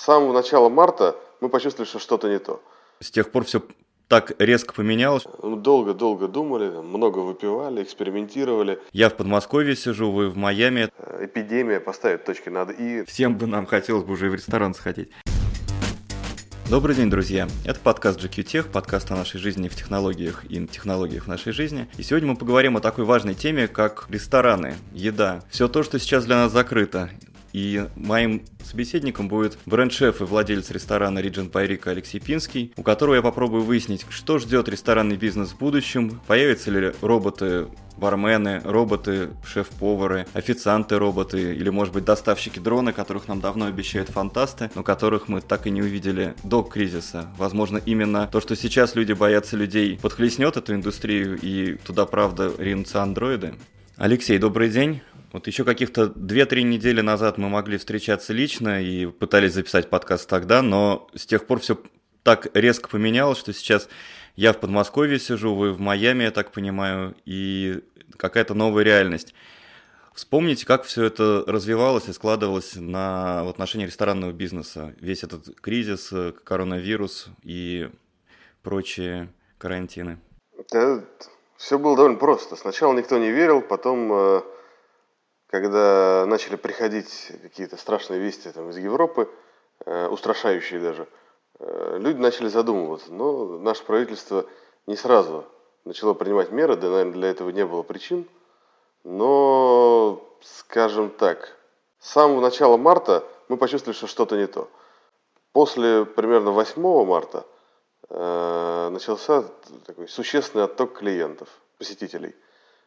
С самого начала марта мы почувствовали, что что-то не то. С тех пор все так резко поменялось. Долго-долго думали, много выпивали, экспериментировали. Я в Подмосковье сижу, вы в Майами. Эпидемия поставит точки над «и». Всем бы нам хотелось бы уже и в ресторан сходить. Добрый день, друзья! Это подкаст GQ Tech, подкаст о нашей жизни в технологиях и технологиях в нашей жизни. И сегодня мы поговорим о такой важной теме, как рестораны, еда. Все то, что сейчас для нас закрыто. И моим собеседником будет бренд-шеф и владелец ресторана Regent by Rico Алексей Пинский, у которого я попробую выяснить, что ждет ресторанный бизнес в будущем, появятся ли роботы-бармены, роботы-шеф-повары, официанты-роботы или, может быть, доставщики-дроны, которых нам давно обещают фантасты, но которых мы так и не увидели до кризиса. Возможно, именно то, что сейчас люди боятся людей, подхлестнет эту индустрию и туда, правда, ринутся андроиды. Алексей, добрый день. Вот еще каких-то 2-3 недели назад мы могли встречаться лично и пытались записать подкаст тогда, но с тех пор все так резко поменялось, что сейчас я в Подмосковье сижу, вы в Майами, я так понимаю, и какая-то новая реальность. Вспомните, как все это развивалось и складывалось в отношении ресторанного бизнеса. Весь этот кризис, коронавирус и прочие карантины. Да, все было довольно просто. Сначала никто не верил, потом... Когда начали приходить какие-то страшные вести из Европы, устрашающие даже, люди начали задумываться. Но наше правительство не сразу начало принимать меры, да, наверное, для этого не было причин. Но, скажем так, с самого начала марта мы почувствовали, что что-то не то. После примерно 8 марта начался такой существенный отток клиентов, посетителей.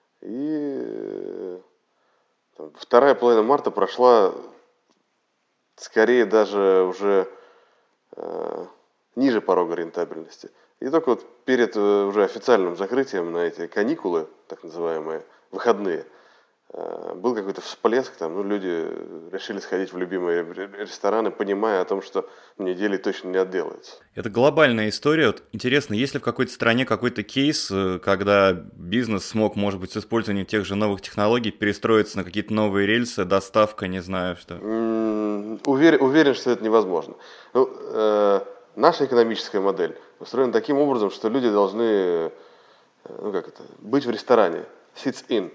И... Вторая половина марта прошла скорее даже уже ниже порога рентабельности. И только вот перед уже официальным закрытием на эти каникулы, так называемые, выходные, был какой-то всплеск, люди решили сходить в любимые рестораны, понимая о том, что недели точно не отделаются. Это глобальная история. Вот интересно, есть ли в какой-то стране какой-то кейс, когда бизнес смог, может быть, с использованием тех же новых технологий перестроиться на какие-то новые рельсы, доставка, не знаю что? Уверен, что это невозможно. Наша экономическая модель устроена таким образом, что люди должны быть в ресторане, sits in.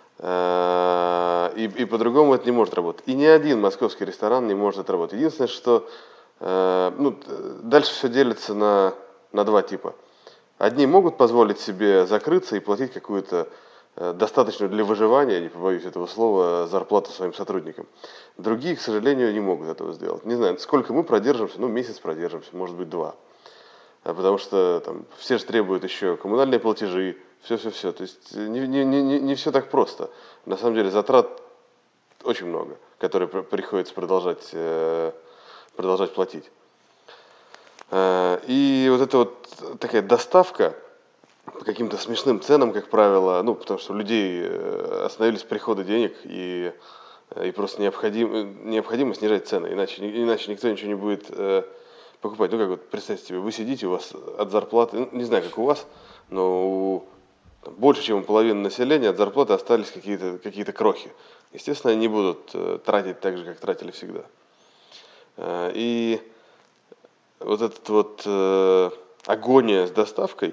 И по-другому это не может работать. И ни один московский ресторан не может это работать. Единственное, что дальше все делится на два типа. Одни могут позволить себе закрыться и платить какую-то достаточную для выживания, не побоюсь этого слова, зарплату своим сотрудникам. Другие, к сожалению, не могут этого сделать. Не знаю, сколько мы продержимся, месяц продержимся, может быть, 2. Потому что все же требуют еще коммунальные платежи, все. То есть не все так просто. На самом деле затрат очень много, которые приходится продолжать платить. И вот эта вот такая доставка по каким-то смешным ценам, как правило, потому что у людей остановились приходы денег и просто необходимо снижать цены, иначе никто ничего не будет покупать. Представьте себе, вы сидите, у вас от зарплаты, не знаю, как у вас, но больше, чем у половины населения от зарплаты остались какие-то крохи. Естественно, они не будут тратить так же, как тратили всегда. И вот эта агония с доставкой,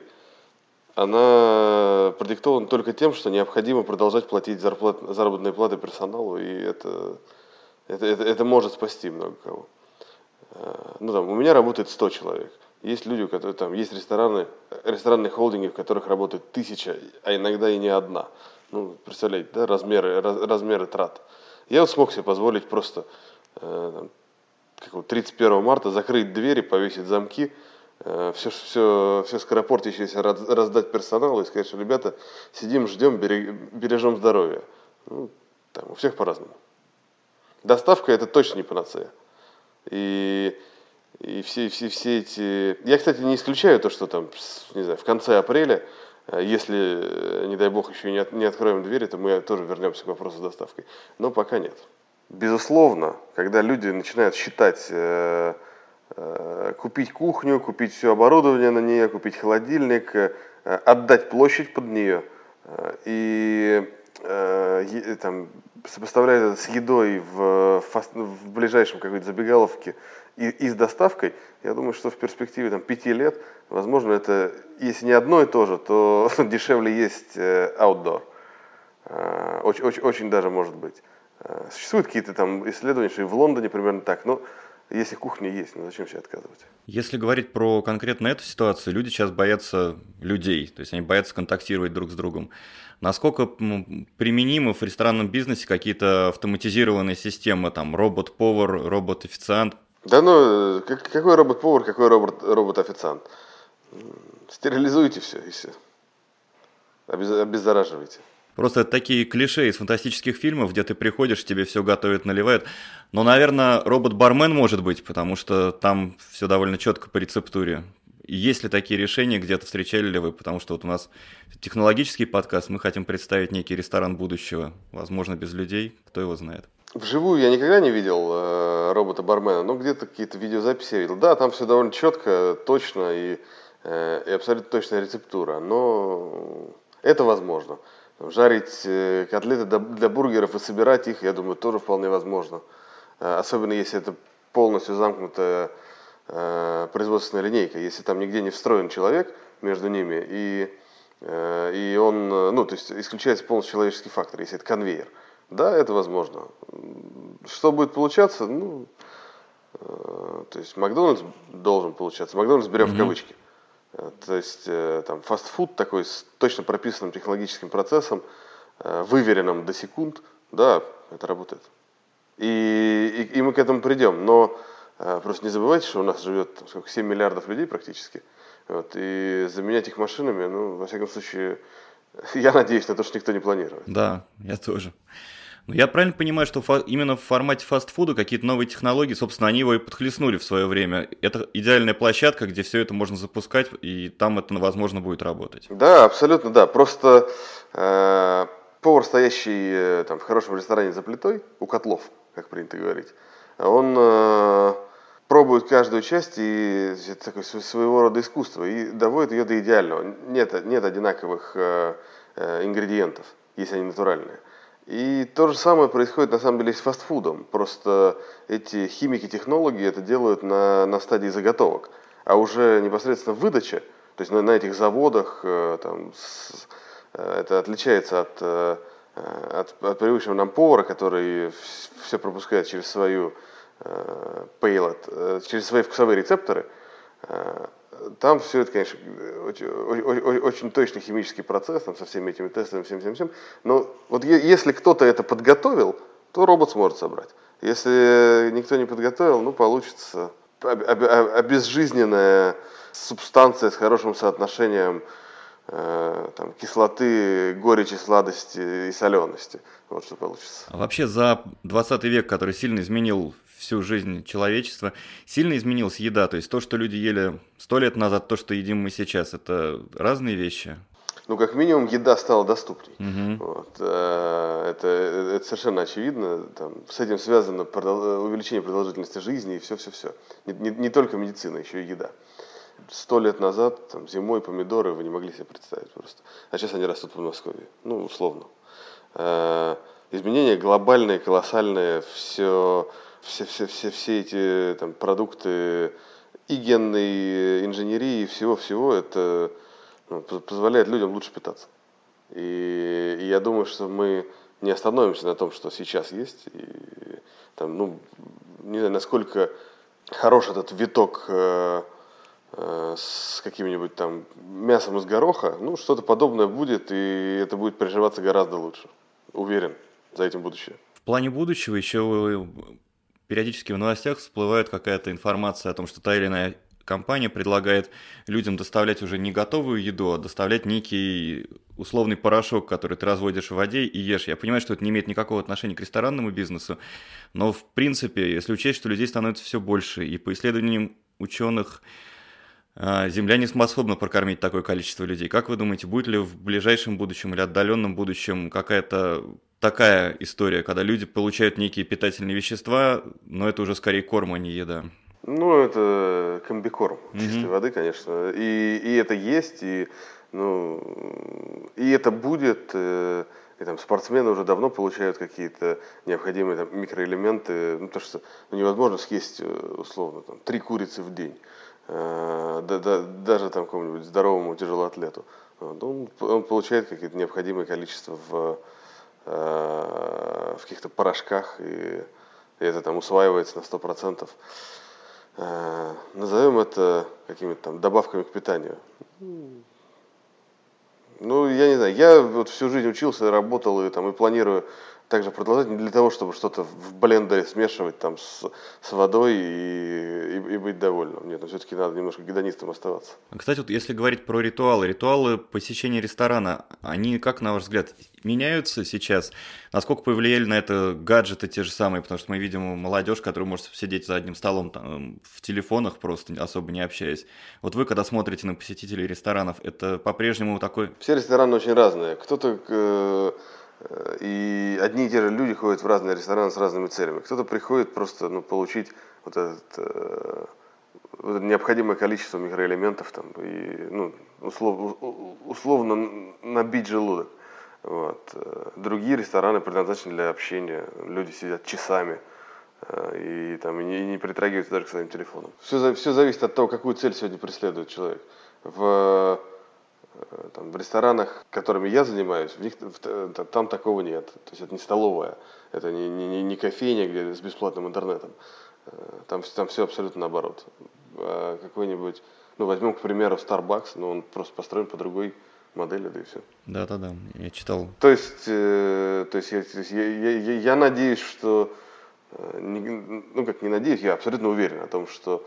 она продиктована только тем, что необходимо продолжать платить заработные платы персоналу, и это может спасти много кого. У меня работает 100 человек. Есть люди, у которых есть ресторанные холдинги, в которых работает 1000, а иногда и не одна. Представляете, да, размеры трат. Я вот смог себе позволить просто 31 марта закрыть двери, повесить замки, все скоропортящееся раздать персоналу и сказать, что, ребята, сидим, ждем, бережем здоровье. У всех по-разному. Доставка это точно не панацея. И все эти... Я, кстати, не исключаю то, что в конце апреля, если, не дай бог, еще не откроем двери, то мы тоже вернемся к вопросу с доставкой. Но пока нет. Безусловно, когда люди начинают считать, купить кухню, купить все оборудование на нее, купить холодильник, отдать площадь под нее и сопоставляя это с едой в ближайшем какой-то забегаловке и с доставкой, я думаю, что в перспективе 5 лет, возможно, это, если не одно и то же, то дешевле есть outdoor. Очень даже может быть. Существуют какие-то там исследования, что и в Лондоне примерно так, но если кухня есть, зачем себе отказывать? Если говорить про конкретно эту ситуацию, люди сейчас боятся людей, то есть они боятся контактировать друг с другом. Насколько применимы в ресторанном бизнесе какие-то автоматизированные системы, там робот-повар, робот-официант? Да какой робот-повар, какой робот-официант? Стерилизуйте все и все. Обеззараживайте. Просто это такие клише из фантастических фильмов, где ты приходишь, тебе все готовят, наливают. Но, наверное, робот-бармен может быть, потому что там все довольно четко по рецептуре. И есть ли такие решения, где-то встречали ли вы? Потому что вот у нас технологический подкаст, мы хотим представить некий ресторан будущего. Возможно, без людей, кто его знает. Вживую я никогда не видел робота-бармена, но где-то какие-то видеозаписи я видел. Да, там все довольно четко, точно и абсолютно точная рецептура, но это возможно. Жарить котлеты для бургеров и собирать их, я думаю, тоже вполне возможно. Особенно если это полностью замкнутая производственная линейка, если там нигде не встроен человек между ними, и он, то есть исключается полностью человеческий фактор, если это конвейер. Да, это возможно. Что будет получаться? То есть Макдональдс должен получаться. Макдональдс берем в кавычки. То есть там фастфуд такой с точно прописанным технологическим процессом, выверенным до секунд, да, это работает. И мы к этому придем, но просто не забывайте, что у нас живет 7 миллиардов людей практически, и заменять их машинами, во всяком случае, я надеюсь на то, что никто не планирует. Да, я тоже. Но я правильно понимаю, что именно в формате фастфуда какие-то новые технологии, собственно, они его и подхлестнули в свое время. Это идеальная площадка, где все это можно запускать, и там это, возможно, будет работать. Да, абсолютно, да. Просто повар, стоящий в хорошем ресторане за плитой, у котлов, как принято говорить, он пробует каждую часть, и это такое своего рода искусство, и доводит ее до идеального. Нет одинаковых ингредиентов, если они натуральные. И то же самое происходит на самом деле с фастфудом. Просто эти химики-технологи это делают на стадии заготовок. А уже непосредственно выдача, то есть на этих заводах, это отличается от привычного нам повара, который все пропускает через свою payload, через свои вкусовые рецепторы. Там все это, конечно, очень точный химический процесс, со всеми этими тестами, всем. Но вот если кто-то это подготовил, то робот сможет собрать. Если никто не подготовил, получится обезжизненная субстанция с хорошим соотношением кислоты, горечи, сладости и солености. Вот что получится. А вообще за 20 век, который сильно изменил всю жизнь человечества, сильно изменилась еда. То есть то, что люди ели 100 лет назад, то, что едим мы сейчас, это разные вещи? Как минимум, еда стала доступней. Угу. Это совершенно очевидно. С этим связано увеличение продолжительности жизни и все. Не только медицина, еще и еда. 100 лет назад зимой помидоры вы не могли себе представить просто. А сейчас они растут в Подмосковье. Условно. Изменения глобальные, колоссальные. Все эти продукты и генной инженерии, и всего это позволяет людям лучше питаться. И я думаю, что мы не остановимся на том, что сейчас есть. И не знаю, насколько хорош этот виток с каким-нибудь мясом из гороха. Что-то подобное будет, и это будет приживаться гораздо лучше. Уверен, за этим будущее. В плане будущего еще периодически в новостях всплывает какая-то информация о том, что та или иная компания предлагает людям доставлять уже не готовую еду, а доставлять некий условный порошок, который ты разводишь в воде и ешь. Я понимаю, что это не имеет никакого отношения к ресторанному бизнесу, но в принципе, если учесть, что людей становится все больше, и по исследованиям ученых, Земля не способна прокормить такое количество людей. Как вы думаете, будет ли в ближайшем будущем или отдаленном будущем какая-то такая история, когда люди получают некие питательные вещества, но это уже скорее корм, а не еда? Это комбикорм чистой воды, конечно. И это есть, и это будет. И там спортсмены уже давно получают какие-то необходимые там, микроэлементы, ну, потому что невозможно съесть условно там, 3 курицы в день, даже там какому-нибудь здоровому тяжелоатлету. Вот, он получает какие-то необходимые количества в каких-то порошках, и это там усваивается на 100%. Назовем это какими-то там добавками к питанию. Ну, я не знаю, я вот всю жизнь учился, работал и планирую также продолжать не для того, чтобы что-то в блендере смешивать там с водой и быть довольным. Нет, все-таки надо немножко гедонистом оставаться. Кстати, вот если говорить про ритуалы посещения ресторана, они, как на ваш взгляд, меняются сейчас? Насколько повлияли на это гаджеты те же самые? Потому что мы видим молодежь, которая может сидеть за одним столом там, в телефонах, просто особо не общаясь. Вот вы, когда смотрите на посетителей ресторанов, это по-прежнему такой... Все рестораны очень разные. Кто-то... И одни и те же люди ходят в разные рестораны с разными целями. Кто-то приходит просто получить вот это необходимое количество микроэлементов там, и условно набить желудок. Вот. Другие рестораны предназначены для общения. Люди сидят часами и не притрагиваются даже к своим телефонам. Все зависит от того, какую цель сегодня преследует человек. В ресторанах, которыми я занимаюсь, там такого нет. То есть это не столовая, это не кофейня, где с бесплатным интернетом. Там все абсолютно наоборот. Какой-нибудь, возьмем, к примеру, Starbucks, но он просто построен по другой модели, да и все. Да, я читал. То есть я надеюсь, что, не надеюсь, я абсолютно уверен о том, что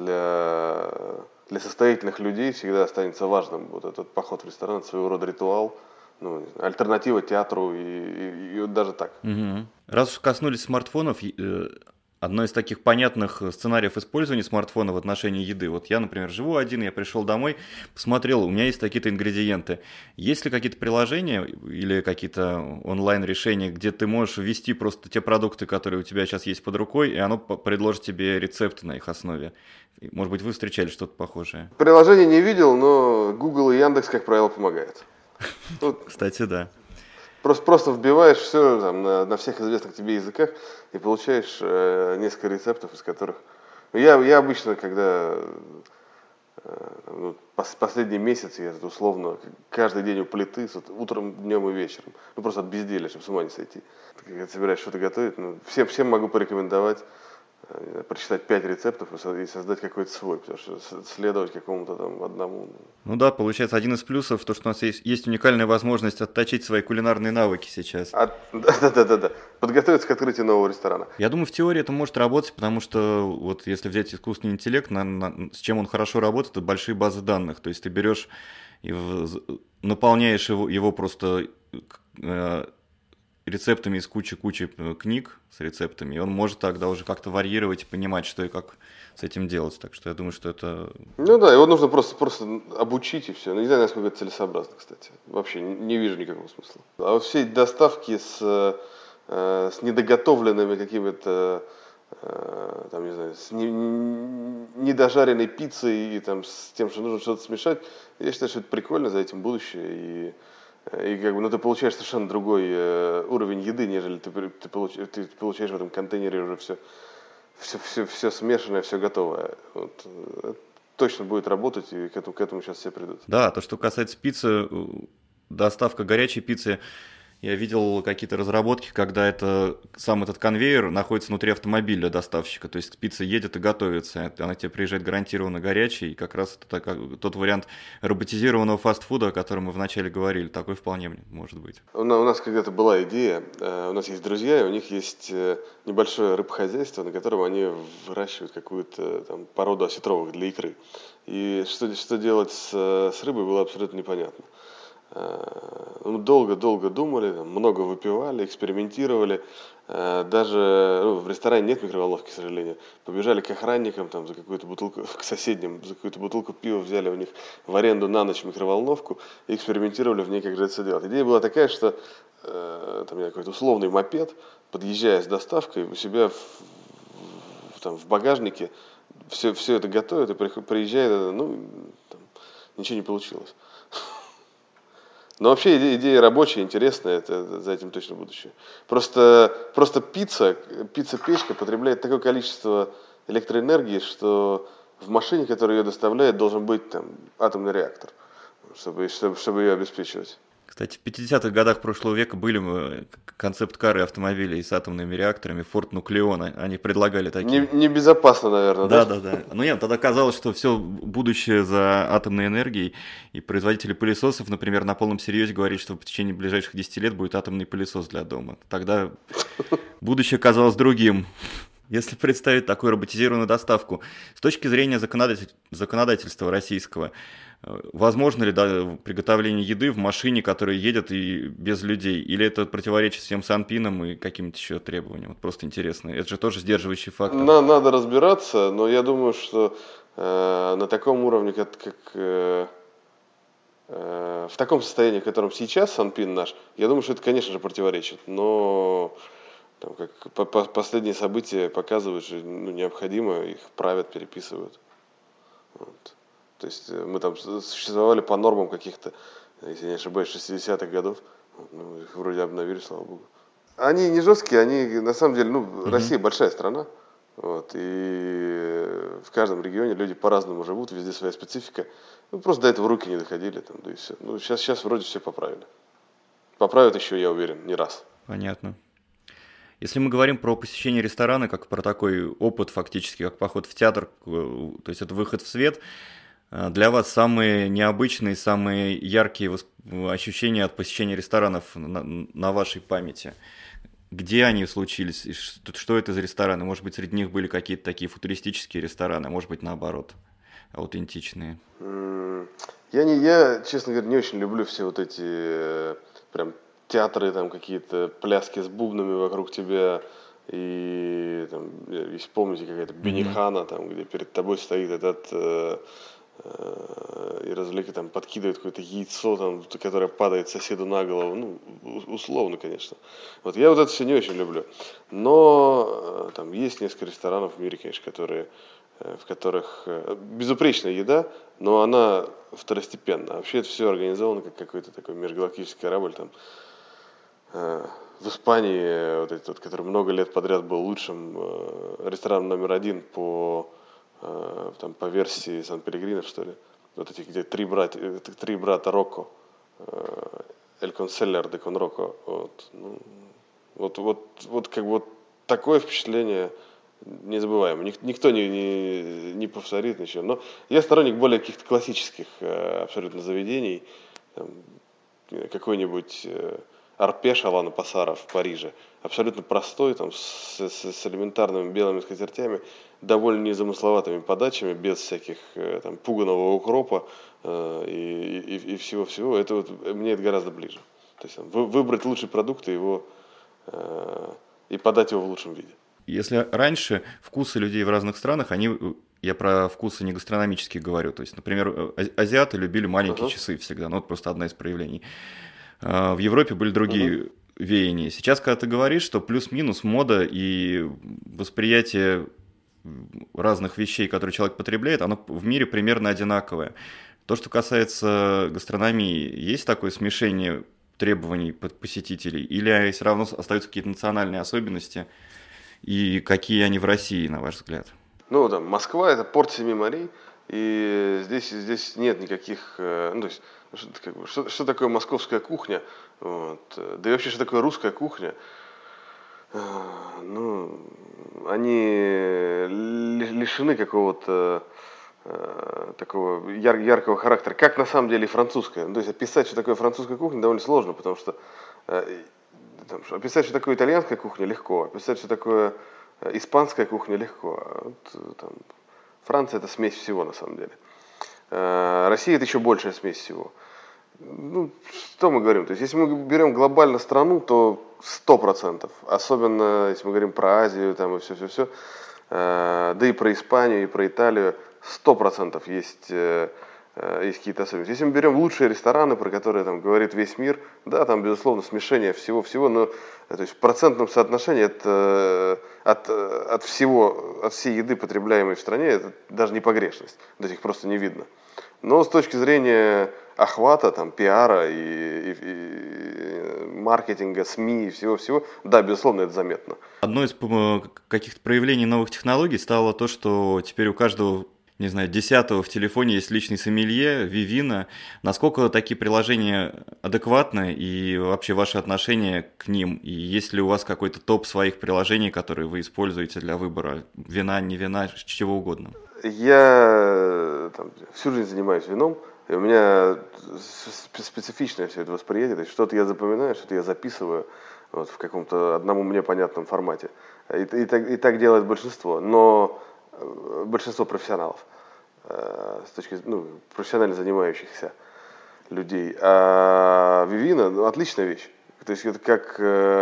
для состоятельных людей всегда останется важным вот этот поход в ресторан, своего рода ритуал, альтернатива театру и даже так. Угу. Раз уж коснулись смартфонов, одно из таких понятных сценариев использования смартфона в отношении еды. Вот я, например, живу один, я пришел домой, посмотрел, у меня есть такие-то ингредиенты. Есть ли какие-то приложения или какие-то онлайн-решения, где ты можешь ввести просто те продукты, которые у тебя сейчас есть под рукой, и оно предложит тебе рецепты на их основе? Может быть, вы встречали что-то похожее? Приложение не видел, но Google и Яндекс, как правило, помогают. Кстати, да. Просто вбиваешь все там, на всех известных тебе языках и получаешь несколько рецептов, из которых... Я обычно, когда последний месяц, я условно каждый день у плиты, утром, днем и вечером. Просто от безделия, чтобы с ума не сойти. Когда собираешь что-то готовить, всем могу порекомендовать прочитать 5 рецептов и создать какой-то свой, потому что следовать какому-то там одному. Ну да, получается, один из плюсов, то, что у нас есть уникальная возможность отточить свои кулинарные навыки сейчас. Да. Подготовиться к открытию нового ресторана. Я думаю, в теории это может работать, потому что вот если взять искусственный интеллект, с чем он хорошо работает, это большие базы данных. То есть ты берешь и наполняешь его просто рецептами из кучи книг с рецептами, и он может тогда уже как-то варьировать и понимать, что и как с этим делать. Так что я думаю, что это... Его нужно просто обучить и все. Не знаю, насколько это целесообразно, кстати. Вообще не вижу никакого смысла. А вот все доставки с недоготовленными какими-то, с недожаренной пиццей и с тем, что нужно что-то смешать, я считаю, что это прикольно, за этим будущее. И ты получаешь совершенно другой уровень еды, нежели ты получаешь в этом контейнере уже все смешанное, все готовое. Это точно будет работать, и к этому сейчас все придут. Да, то, что касается пиццы, доставка горячей пиццы, я видел какие-то разработки, когда сам этот конвейер находится внутри автомобиля доставщика, то есть пицца едет и готовится, она тебе приезжает гарантированно горячей, и как раз это тот вариант роботизированного фастфуда, о котором мы вначале говорили, такой вполне может быть. У нас когда-то была идея, у нас есть друзья, и у них есть небольшое рыбхозяйство, на котором они выращивают какую-то породу осетровых для икры. И что делать с рыбой было абсолютно непонятно. Долго думали, много выпивали, экспериментировали. Даже в ресторане нет микроволновки, к сожалению. Побежали к охранникам за какую-то бутылку, к соседним, за какую-то бутылку пива взяли у них в аренду на ночь микроволновку и экспериментировали в ней, как же это делать. Идея была такая, что какой-то условный мопед, подъезжая с доставкой, у себя в багажнике все это готовит, и приезжает, ничего не получилось. Но вообще идея рабочая, интересная, за этим точно будущее. Просто пицца-печка потребляет такое количество электроэнергии, что в машине, которая ее доставляет, должен быть там атомный реактор, чтобы ее обеспечивать. Кстати, в 50-х годах прошлого века были концепт-кары автомобилей с атомными реакторами, Ford Nucleon, они предлагали такие. Небезопасно, наверное, да? Да. Ну нет, тогда казалось, что все будущее за атомной энергией, и производители пылесосов, например, на полном серьезе говорят, что в течение ближайших 10 лет будет атомный пылесос для дома. Тогда будущее казалось другим. Если представить такую роботизированную доставку, с точки зрения законодательства российского, возможно ли приготовление еды в машине, которая едет и без людей? Или это противоречит всем санпинам и каким-то еще требованиям? Вот просто интересно. Это же тоже сдерживающий фактор. Надо разбираться, но я думаю, что на таком уровне, в таком состоянии, в котором сейчас санпин наш, я думаю, что это, конечно же, противоречит. Но там, как последние события показывают, что необходимо, их правят, переписывают. Вот. То есть мы там существовали по нормам каких-то, если не ошибаюсь, 60-х годов. Их вроде обновили, слава богу. Они не жесткие, они на самом деле, Россия большая страна. Вот, и в каждом регионе люди по-разному живут, везде своя специфика. Просто до этого руки не доходили, да и все. Сейчас вроде все поправили. Поправят еще, я уверен, не раз. Понятно. Если мы говорим про посещение ресторана, как про такой опыт фактически, как поход в театр, то есть это выход в свет, для вас самые необычные, самые яркие ощущения от посещения ресторанов на вашей памяти? Где они случились? И что это за рестораны? Может быть, среди них были какие-то такие футуристические рестораны, может быть, наоборот, аутентичные? Я, честно говоря, не очень люблю все вот эти прям театры, там какие-то пляски с бубнами вокруг тебя. И там, если помните, какая-то Бенихана, там, где перед тобой стоит этот и развлеки, там, подкидывает какое-то яйцо, там, которое падает соседу на голову. Условно, конечно. Вот я вот это все не очень люблю. Но там есть несколько ресторанов в мире, конечно, в которых безупречная еда, но она второстепенна. А вообще это все организовано как какой-то такой межгалактический корабль. Там, в Испании, вот этот, который много лет подряд был лучшим рестораном номер 1 по версии Сан-Пелегрино, что ли. Вот эти, где три брата Рокко. El Conceller de Con Rocco. Вот как бы вот такое впечатление незабываемое. Никто не повторит ничего. Но я сторонник более каких-то классических абсолютно заведений. Там, какой-нибудь Арпеш Алана Пассара в Париже. Абсолютно простой, там, с элементарными белыми скатертями, довольно незамысловатыми подачами, без всяких там, пуганого укропа и всего-всего. Это вот, мне это гораздо ближе. То есть выбрать лучший продукт и подать его в лучшем виде. Если раньше вкусы людей в разных странах, я про вкусы не гастрономические говорю, то есть, например, азиаты любили маленькие часы всегда, вот просто одно из проявлений. В Европе были другие веяния. Сейчас, когда ты говоришь, что плюс-минус мода и восприятие разных вещей, которые человек потребляет, оно в мире примерно одинаковое. То, что касается гастрономии, есть такое смешение требований посетителей, или все равно остаются какие-то национальные особенности, и какие они в России, на ваш взгляд? Там Москва — это порт семи морей, и здесь нет никаких, то есть что такое московская кухня, вот, да и вообще, что такое русская кухня, они лишены какого-то такого яркого характера, как на самом деле французская. То есть описать, что такое французская кухня, довольно сложно, потому что описать, что такое итальянская кухня, легко, описать, что такое испанская кухня, легко. А вот, Франция — это смесь всего на самом деле. Россия — это еще большая смесь всего. Что мы говорим? То есть, если мы берем глобально страну, то 100%. Особенно, если мы говорим про Азию там, и все. Да и про Испанию, и про Италию. 100% есть какие-то особенности. Если мы берем лучшие рестораны, про которые там говорит весь мир, да, там, безусловно, смешение всего, но то есть в процентном соотношении это от всей еды, потребляемой в стране, это даже не погрешность. То есть их просто не видно. Но с точки зрения охвата, там, пиара и маркетинга, СМИ и всего-всего, да, безусловно, это заметно. Одно из каких-то проявлений новых технологий стало то, что теперь у каждого, не знаю, 10-го в телефоне есть личный сомелье, Vivino. Насколько такие приложения адекватны и вообще ваши отношения к ним? И есть ли у вас какой-то топ своих приложений, которые вы используете для выбора вина, не вина, чего угодно? Я всю жизнь занимаюсь вином, и у меня специфичное все это восприятие. То есть что-то я запоминаю, что-то я записываю в каком-то одному мне понятном формате. И так делает большинство, но большинство профессионалов, профессионально занимающихся людей. А Vivino, отличная вещь. То есть это как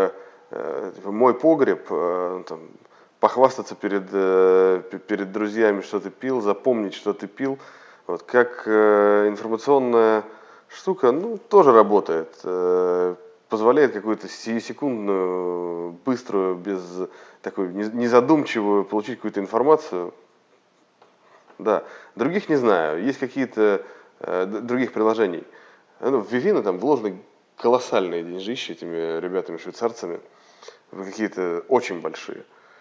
мой погреб, похвастаться перед друзьями, что ты пил, запомнить, что ты пил. Как информационная штука, тоже работает. Позволяет какую-то сиюсекундную, быструю, незадумчивую получить какую-то информацию. Да. Других не знаю. Есть какие-то других приложений. В Vivino там вложены колоссальные деньжища этими ребятами-швейцарцами. Какие-то очень большие.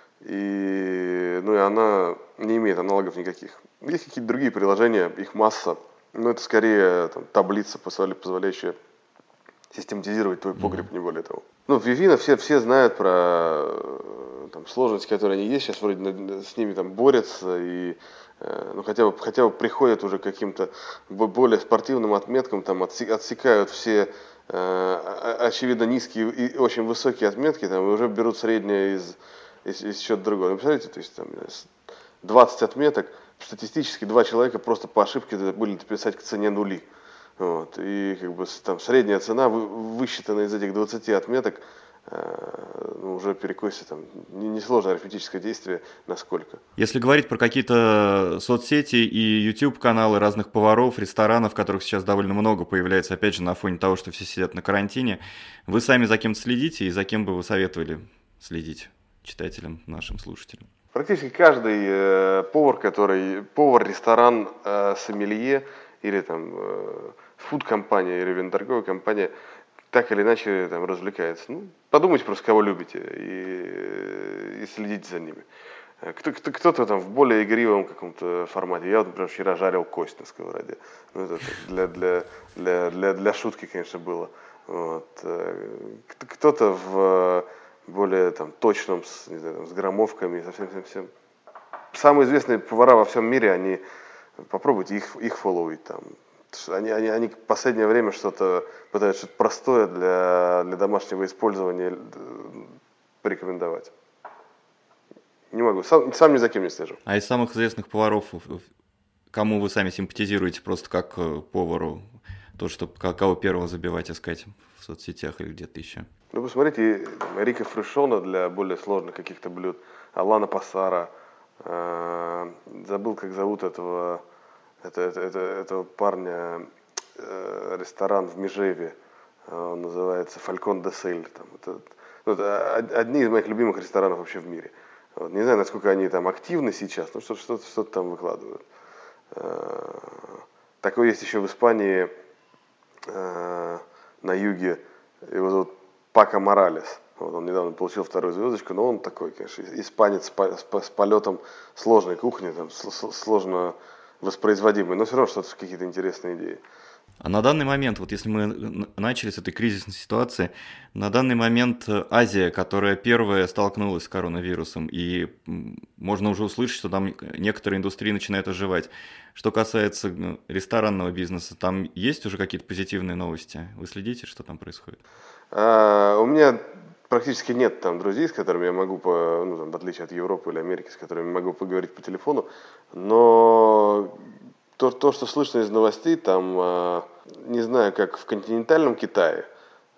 И она не имеет аналогов никаких. Есть какие-то другие приложения, их масса. Но это скорее таблица, позволяющая систематизировать твой погреб, не более того. Vivino все знают про сложности, которые они есть. Сейчас вроде с ними борются и хотя бы приходят уже к каким-то более спортивным отметкам, отсекают все очевидно низкие и очень высокие отметки, и уже берут среднее из чего-то другого. Представляете, то есть 20 отметок, статистически 2 человека просто по ошибке были написать к цене нули. И средняя цена, высчитанная из этих 20 отметок, уже перекосит несложное арифметическое действие насколько. Если говорить про какие-то соцсети и YouTube-каналы разных поваров, ресторанов, которых сейчас довольно много появляется, опять же, на фоне того, что все сидят на карантине, вы сами за кем-то следите и за кем бы вы советовали следить читателям, нашим слушателям? Практически каждый повар, ресторан, сомелье или фуд-компания или виноторговая компания так или иначе развлекается. Подумайте просто, кого любите, и следите за ними. Кто-то в более игривом каком-то формате. Я, например, вчера жарил кость на сковороде. Это для шутки, конечно, было. Кто-то в более точном, с граммовками, со всем. Самые известные повара во всем мире, попробуйте их фолловить там. Они в последнее время пытаются что-то простое для домашнего использования порекомендовать. Не могу, сам ни за кем не слежу. А из самых известных поваров, кому вы сами симпатизируете просто как повару? То, что кого первого забивать, искать в соцсетях или где-то еще? Посмотрите, Рико Фришона для более сложных каких-то блюд, Алана Пассара, забыл, как зовут этого парня, ресторан в Межеве, он называется Фалькон де Сель. Это одни из моих любимых ресторанов вообще в мире. Не знаю, насколько они активны сейчас, но что-то там выкладывают. Такой есть еще в Испании, на юге, его зовут Пако Моралес. Он недавно получил 2-ю звездочку, но он такой, конечно, испанец с полетом сложной кухни, сложно воспроизводимый, но все равно что-то, какие-то интересные идеи. А на данный момент, если мы начали с этой кризисной ситуации, на данный момент Азия, которая первая столкнулась с коронавирусом, и можно уже услышать, что там некоторые индустрии начинают оживать. Что касается ресторанного бизнеса, там есть уже какие-то позитивные новости? Вы следите, что там происходит? У меня практически нет друзей, с которыми я могу, в отличие от Европы или Америки, с которыми я могу поговорить по телефону, но то, что слышно из новостей, не знаю, как в континентальном Китае,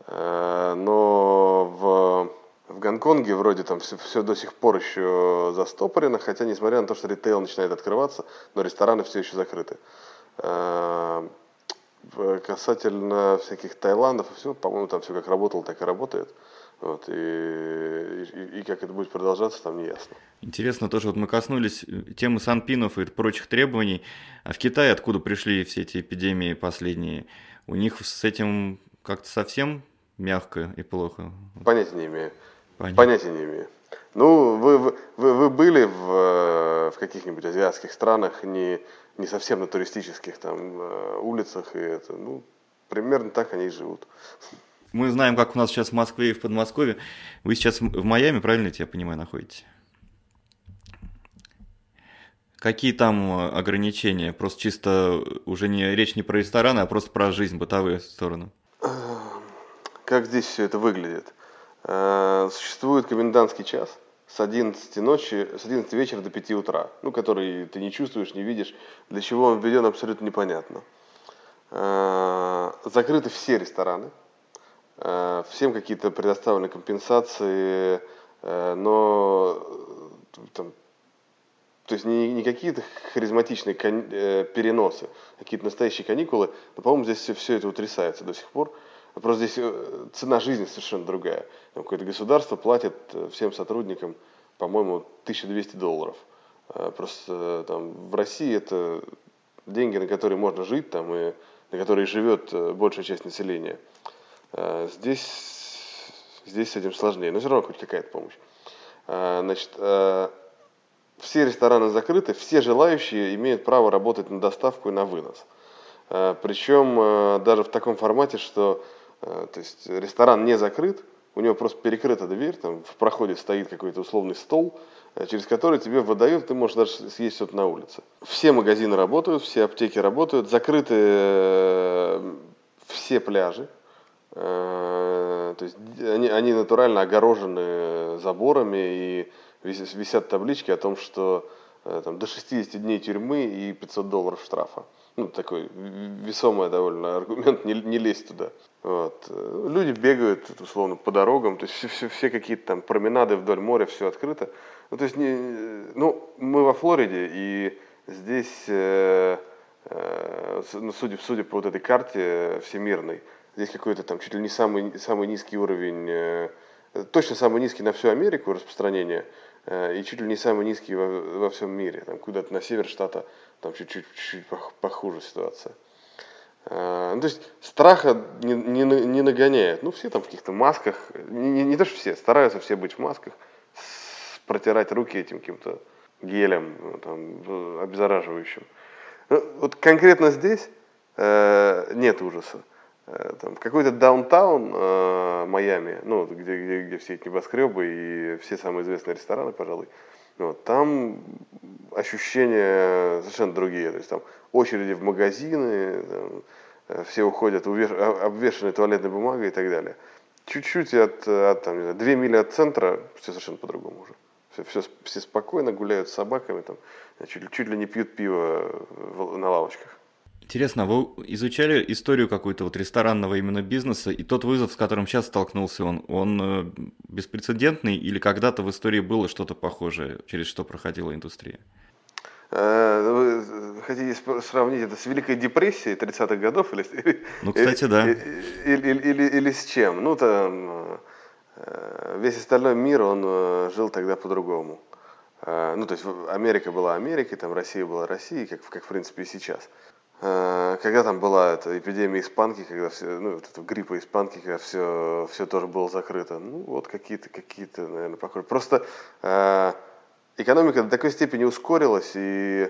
но в Гонконге вроде все до сих пор еще застопорено, хотя несмотря на то, что ритейл начинает открываться, но рестораны все еще закрыты. Касательно всяких Таиландов и всего, по-моему, там все как работало, так и работает. Вот, и как это будет продолжаться, там не ясно. Интересно тоже, вот мы коснулись темы санпинов и прочих требований, а в Китае откуда пришли все эти эпидемии последние? У них с этим как-то совсем мягко и плохо? Понятия не имею. Понятно. Понятия не имею. Ну, вы были в каких-нибудь азиатских странах, не совсем на туристических там улицах, и это, ну, примерно так они и живут. Мы знаем, как у нас сейчас в Москве и в Подмосковье. Вы сейчас в Майами, правильно я понимаю, находитесь? Какие там ограничения? Просто чисто уже речь не про рестораны, а просто про жизнь, бытовые стороны. Как здесь все это выглядит? Существует комендантский час с 11 вечера до 5 утра, ну, который ты не чувствуешь, не видишь, для чего он введен, абсолютно непонятно. Закрыты все рестораны, всем какие-то предоставлены компенсации, но там, то есть не какие-то харизматичные переносы, а какие-то настоящие каникулы, но, по-моему, здесь все это утрясается до сих пор. Просто здесь цена жизни совершенно другая. Там какое-то государство платит всем сотрудникам, по-моему, $1200. Просто там в России это деньги, на которые можно жить, там, и на которые живет большая часть населения. Здесь с этим сложнее, но все равно хоть какая-то помощь. Значит, все рестораны закрыты, все желающие имеют право работать на доставку и на вынос. Причем даже в таком формате, что то есть ресторан не закрыт, у него просто перекрыта дверь, там в проходе стоит какой-то условный стол, через который тебе выдают, ты можешь даже съесть что-то на улице. Все магазины работают, все аптеки работают, закрыты все пляжи. То есть они натурально огорожены заборами и висят таблички о том, что там, до 60 дней тюрьмы и $500 штрафа. Ну, такой весомый довольно аргумент, не лезть туда. Вот. Люди бегают, условно, по дорогам, то есть все какие-то там променады вдоль моря, все открыто. Ну, то есть, мы во Флориде, и здесь, судя по вот этой карте всемирной, здесь какой-то там чуть ли не самый низкий уровень, точно самый низкий на всю Америку распространения, и чуть ли не самый низкий во всем мире. Там куда-то на север штата там чуть-чуть похуже ситуация. То есть страха не нагоняет. Ну, все там в каких-то масках, не то что все, стараются все быть в масках, протирать руки этим каким-то гелем там, обеззараживающим. Вот конкретно здесь нет ужаса. Там какой-то даунтаун Майами, ну, где все эти небоскребы и все самые известные рестораны, пожалуй, вот, там ощущения совершенно другие. То есть там очереди в магазины, там, все уходят обвешанные туалетной бумагой и так далее. Чуть-чуть там, не знаю, 2 мили от центра все совершенно по-другому уже. Все спокойно гуляют с собаками, там, чуть ли не пьют пиво на лавочках. Интересно, вы изучали историю какую-то вот ресторанного именно бизнеса, и тот вызов, с которым сейчас столкнулся он беспрецедентный, или когда-то в истории было что-то похожее, через что проходила индустрия? Вы хотите сравнить это с Великой депрессией 30-х годов? Ну, кстати, да. Или с чем? Ну, там, весь остальной мир, он жил тогда по-другому. Ну, то есть Америка была Америкой, там Россия была Россией, как в принципе и сейчас. Когда там была эта эпидемия испанки, когда гриппа испанки, когда все тоже было закрыто. Ну, вот какие-то, наверное, похожие. Просто экономика до такой степени ускорилась, и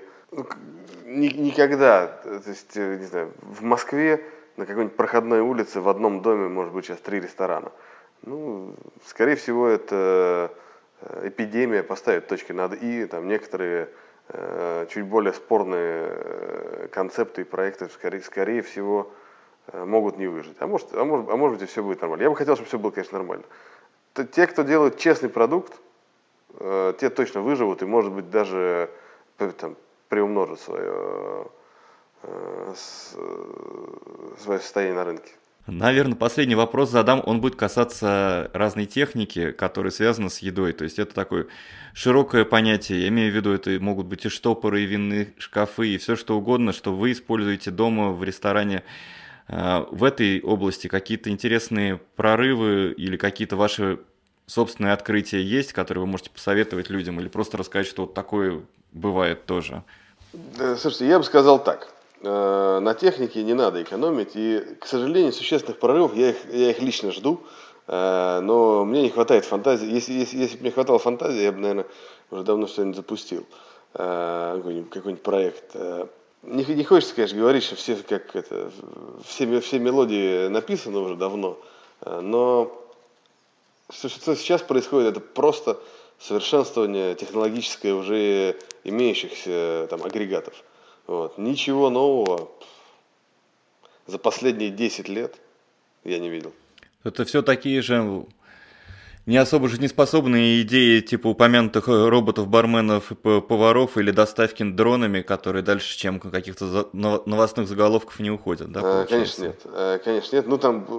никогда, то есть, не знаю, в Москве на какой-нибудь проходной улице в одном доме может быть сейчас 3 ресторана. Ну, скорее всего, это эпидемия поставит точки над «и», там некоторые чуть более спорные концепты и проекты, скорее всего, могут не выжить. А может быть, и все будет нормально. Я бы хотел, чтобы все было, конечно, нормально. Те, кто делают честный продукт, те точно выживут и, может быть, даже там, приумножат свое состояние на рынке. Наверное, последний вопрос задам, он будет касаться разной техники, которая связана с едой. То есть это такое широкое понятие, я имею в виду, это могут быть и штопоры, и винные шкафы, и все что угодно, что вы используете дома, в ресторане. В этой области какие-то интересные прорывы или какие-то ваши собственные открытия есть, которые вы можете посоветовать людям, или просто рассказать, что вот такое бывает тоже? Слушайте, я бы сказал так. На технике не надо экономить, и, к сожалению, существенных прорывов я их лично жду, но мне не хватает фантазии. Если бы мне хватало фантазии, я бы, наверное, уже давно что-нибудь запустил, какой-нибудь проект. Не хочется, конечно, говорить, что все мелодии написаны уже давно, но что сейчас происходит, это просто совершенствование технологическое уже имеющихся там агрегатов. Вот. Ничего нового за последние 10 лет я не видел. Это все такие же не особо жизнеспособные идеи, типа упомянутых роботов, барменов, поваров или доставки дронами, которые дальше, чем каких-то новостных заголовков, не уходят, да? Конечно, нет. Конечно, нет. Ну, там,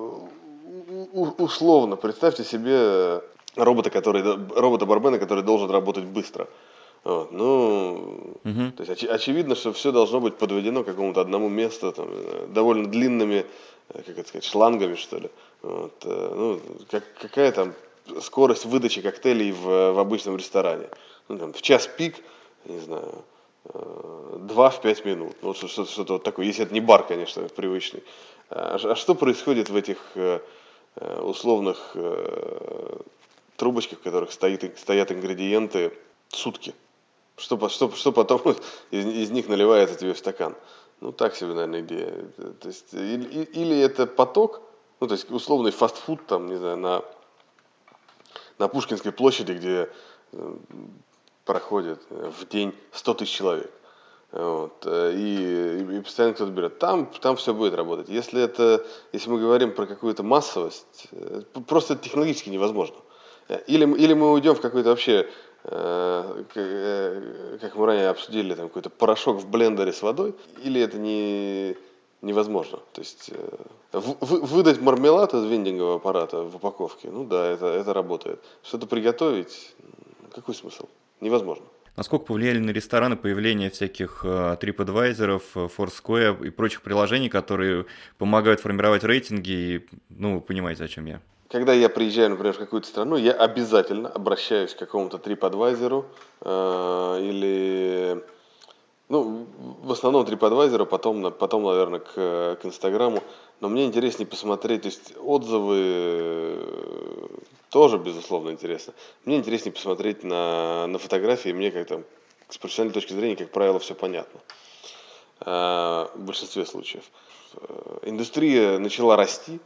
условно, представьте себе робота-бармена, который должен работать быстро. Вот. То есть очевидно, что все должно быть подведено к какому-то одному месту, там, довольно длинными, как это сказать, шлангами, что ли. Вот. Какая там скорость выдачи коктейлей в обычном ресторане? Там, в час пик, не знаю, 2 в 5 минут. Вот что-то вот такое. Если это не бар, конечно, привычный. А что происходит в этих условных трубочках, в которых стоят ингредиенты сутки? Что потом из них наливается тебе в стакан? Ну, так себе, наверное, идея. То есть, или это поток, то есть условный фастфуд, там, не знаю, на Пушкинской площади, где проходит в день 100 тысяч человек. Вот, и постоянно кто-то берет. Там все будет работать. Если мы говорим про какую-то массовость, просто это технологически невозможно. Или мы уйдем в какой-то вообще, как мы ранее обсудили, там какой-то порошок в блендере с водой, или это невозможно. То есть выдать мармелад из вендингового аппарата в упаковке, ну да, это работает. Что-то приготовить, какой смысл? Невозможно. Насколько повлияли на рестораны появление всяких TripAdvisor, Foursquare и прочих приложений, которые помогают формировать рейтинги, и, вы понимаете, о чем я. Когда я приезжаю, например, в какую-то страну, я обязательно обращаюсь к какому-то TripAdvisor или, в основном TripAdvisor, потом, наверное, к Инстаграму. Но мне интереснее посмотреть, то есть отзывы тоже, безусловно, интересно. Мне интереснее посмотреть на фотографии, мне как-то с профессиональной точки зрения, как правило, все понятно. В большинстве случаев. Индустрия начала расти.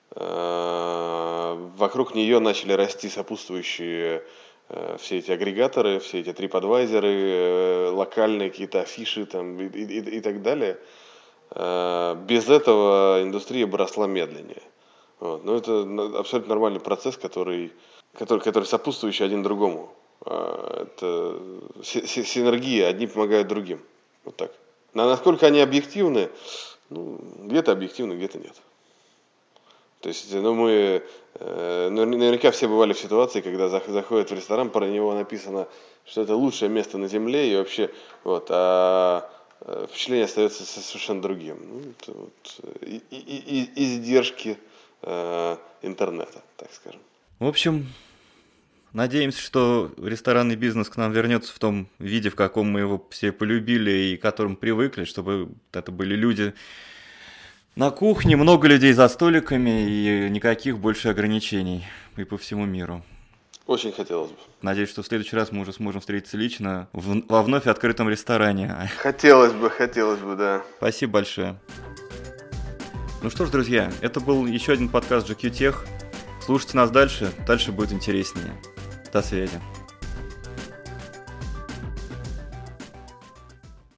Вокруг нее начали расти сопутствующие все эти агрегаторы, все эти TripAdvisor, локальные какие-то афиши там, и так далее. Без этого индустрия бы росла медленнее. Вот. Но это абсолютно нормальный процесс, который сопутствующий один другому. Это синергия, одни помогают другим. Вот так. А насколько они объективны, где-то объективны, где-то нет. То есть, мы наверняка все бывали в ситуации, когда заходят в ресторан, про него написано, что это лучшее место на земле, и вообще, а впечатление остается совершенно другим. Это издержки интернета, так скажем. В общем, надеемся, что ресторанный бизнес к нам вернется в том виде, в каком мы его все полюбили и к которому привыкли, чтобы это были люди на кухне, много людей за столиками и никаких больше ограничений и по всему миру. Очень хотелось бы. Надеюсь, что в следующий раз мы уже сможем встретиться лично во вновь открытом ресторане. Хотелось бы, да. Спасибо большое. Ну что ж, друзья, это был еще один подкаст GQ Tech. Слушайте нас дальше будет интереснее. До связи.